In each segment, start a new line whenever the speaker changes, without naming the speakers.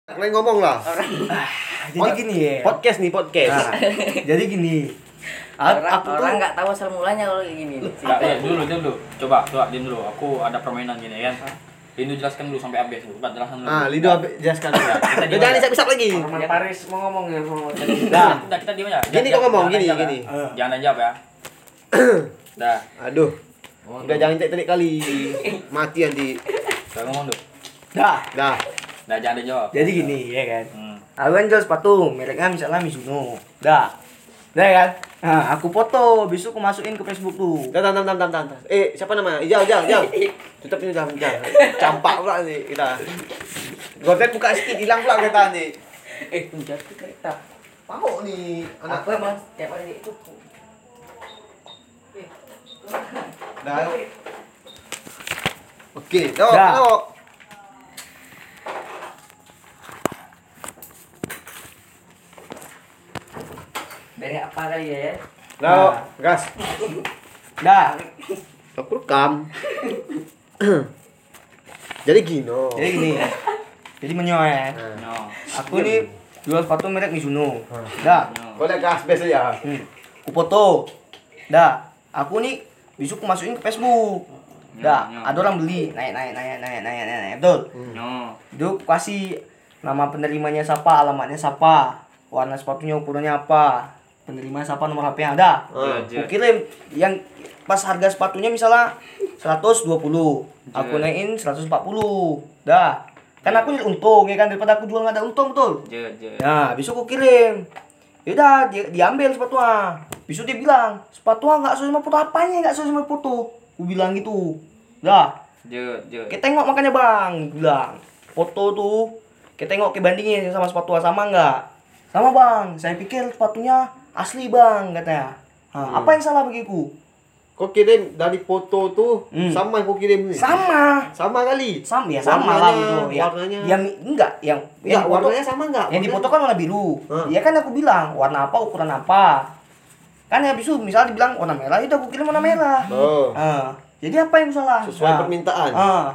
Kalian ngomong lah.
Jadi gini ya.
Podcast nih, podcast.
Nah, jadi gini.
Orang nggak tahu asal mulanya kalau kayak gini.
Diam dulu. Coba diam dulu. Aku ada permainan gini kan. Lindo jelaskan dulu sampai habis. Bukan jelasan dulu.
Lido jelaskan dulu. Jangan disap-sap lagi.
Roman Paris mau ngomong ya.
Udah kita diam aja.
Gini kok ngomong, gini.
Jangan jawab ya. Dah.
Aduh. Udah jangan telik kali. Mati nanti.
Udah ngomong dulu.
Dah.
Dah.
Dah jangan dijawab.
Jadi gini ya kan.
Hmm.
Aku kan jual sepatu, mereknya misalnya Mizuno. Dah. Dah kan? Nah, aku foto, besok aku masukin ke Facebook tuh.
Dah, tam. Siapa namanya? Ijal. Tutup ini dah. Campak pula nih kita. Gotet buka sedikit, hilang pula kita nih.
Jatuh kereta.
Pahok nih anak.
Aku emang tiap hari itu.
Dah. Oke, dah.
Dari apa kali ya?
Dah, gas.
Dah.
Aku rekam. Jadi gini.
Jadi gini. Jadi menyoet.
No.
Aku nih jual sepatu merek Mizuno. Dah.
Kau lihat gas biasa ya.
Aku foto. Dah. Aku nih besok aku masukin ke Facebook. Dah. Ada orang beli. Naik. Betul.
No.
Itu kasih nama penerimanya siapa, alamatnya siapa, warna sepatunya ukurannya apa, penerima siapa, nomor HP-nya ada. Aku kirim yang pas harga sepatunya misalnya 120, aku naikin 140. Dah. Kan aku untung ya kan, daripada aku jual nggak ada untung, betul. Nah, besok aku kirim. Yaudah, diambil sepatunya. Besok dia bilang, sepatunya nggak sesuai sama foto, apanya nggak sesuai sama foto. Aku bilang gitu. Dah. Kita tengok makanya bang, bilang foto tuh kita tengok bandingin sama sepatu sama nggak? Sama bang, saya pikir sepatunya asli bang katanya. Apa yang salah bagiku?
Kau kirim dari foto tuh sama yang kau kirim nih. Sama kali.
Sama lah gitu.
Warnanya.
Yang enggak, yang
Warnanya sama enggak?
yang dipoto kan warna biru. Ya kan aku bilang warna apa, ukuran apa. Kan habis itu misalnya dibilang warna merah, itu aku kirim warna merah. Jadi apa yang salah?
Sesuai permintaan.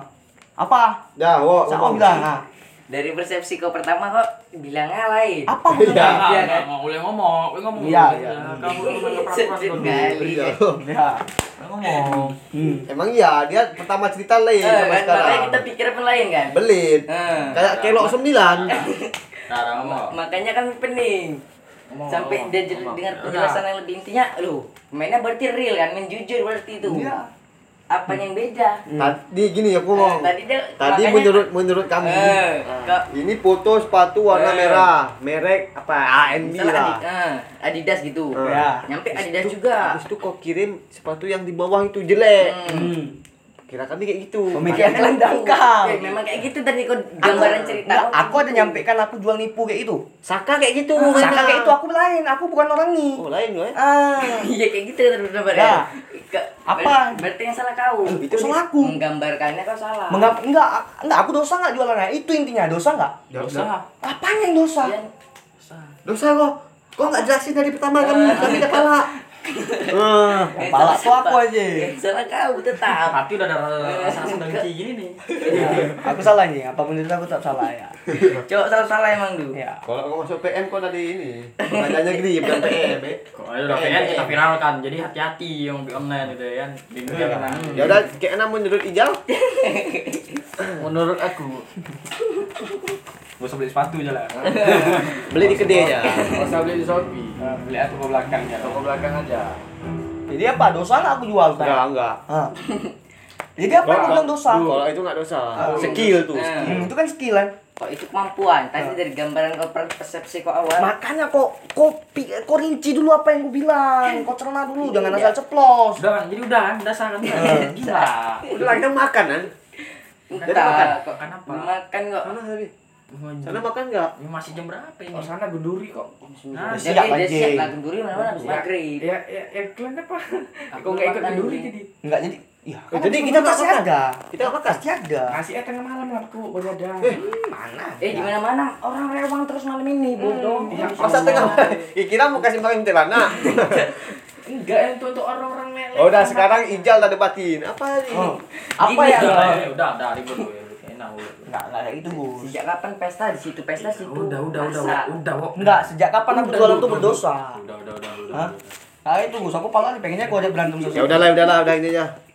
Apa?
Dah,
Siapa bilang?
Dari persepsi kau pertama kok bilangnya lain.
Apa
Iya.
Iya kan?
Boleh ngomong.
Iya.
Kamu
Sedih kali.
Ya.
ngomong.
Emang iya, dia pertama cerita lain sama
Kan
sekarang.
makanya kita pikir pun lain kan.
Belit. Kayak kelok 9.
Cara ngomong.
Makanya kan pening. Sampai dia dengar penjelasan yang lebih intinya, lu mainnya berarti real kan, main jujur berarti itu.
Iya.
Apa yang beda?
Tadi gini aku ngomong.
Tadi
Tadi
makanya-
menurut kami.
Kak,
Ini foto sepatu warna merah, merek apa? ANB
misalnya
lah.
Adidas gitu.
Ya.
Nyampe Adidas juga.
Habis itu kau kirim sepatu yang di bawah itu jelek. Kira kami kayak gitu.
Pemikiran
Makanya
dangkal.
memang kayak gitu tadi kau gambaran cerita.
Enggak, aku ada nyampaikan aku jual nipu kayak itu.
Saka kayak gitu.
Saka kayak itu aku lain, aku bukan orang nih.
Oh, lain gue.
Iya kayak gitu terus
Ya. Apa?
Berarti yang salah kau.
Itu salah aku.
Menggambarkannya kau salah.
Enggak, aku dosa enggak jualannya. Itu intinya, dosa enggak?
Dosa.
Apanya yang dosa?
Iya.
Dosa kok. Kok nggak jelasin dari pertama kami kepala.
Kepala tuh aku aja.
Yang salah kau tetap.
Hati udah ada rasa dengki gini nih.
Aku salah nih, apapun itu aku tetap salah ya.
Cok salah emang dulu.
Ya.
Kalau kau masuk PM kau tadi ini. Pertanyaannya gini, bukan PM.
Kok ayo udah pengen kita viralkan. Jadi hati-hati yang di online gitu ya kan.
Ya udah, kayak enam menurut Ijal.
Menurut aku gak usah beli sepatu aja lah.
Beli di kedai aja.
Nggak usah beli di Shopee.
Beli aku ke belakangnya.
Toko belakang aja.
Jadi apa? Dosa enggak aku jual tadi?
Enggak.
Jadi apa yang bilang dosa?
Kalau itu nggak dosa. Skill tuh.
Itu kan skill kan.
Kok itu kemampuan. Tadi dari gambaran kau persepsi kau awal.
Makanya kok rinci dulu apa yang gue bilang. Kau cerna dulu, jangan asal ceplos.
Udah kan, jadi udah kan, dasar kan. Gila.
Udah lah, kita makan kan?
Entah. Kok
Makan apa?
belum makan kok.
Sana tadi. Sana makan nggak?
Ini masih jam berapa ini?
Oh sana genduri kok.
Nah,
Siap,
Dia
anjing.
siap lah genduri mana-mana habis maghrib.
Ya kalian apa? Kok nggak ikut genduri jadi?
Enggak jadi. Ya,
Jadi kita nggak
pasti
makan.
ada.
Kita nggak makan.
Pasti ada.
Nasi tengah malam lah aku baru ada.
Mana?
Di mana-mana orang rewang terus malam ini, bodoh.
Masa tengah? Kira mau kasih makan celana.
Enggak untuk orang-orang melek.
Oh, udah sekarang Ijal tak debatin. Apa nih?
Apa ya?
Udah ribut gue. Enak gue.
Enggak kayak gitu, Gus.
Sejak kapan pesta di situ pesta situ?
Udah,
Masa?
Kok.
Enggak, sejak kapan aku jualan tuh berdosa?
Udah.
Nah itu Gus, aku paling pengennya kalau ada berantem
Ya
sosial.
udahlah, udah ini aja.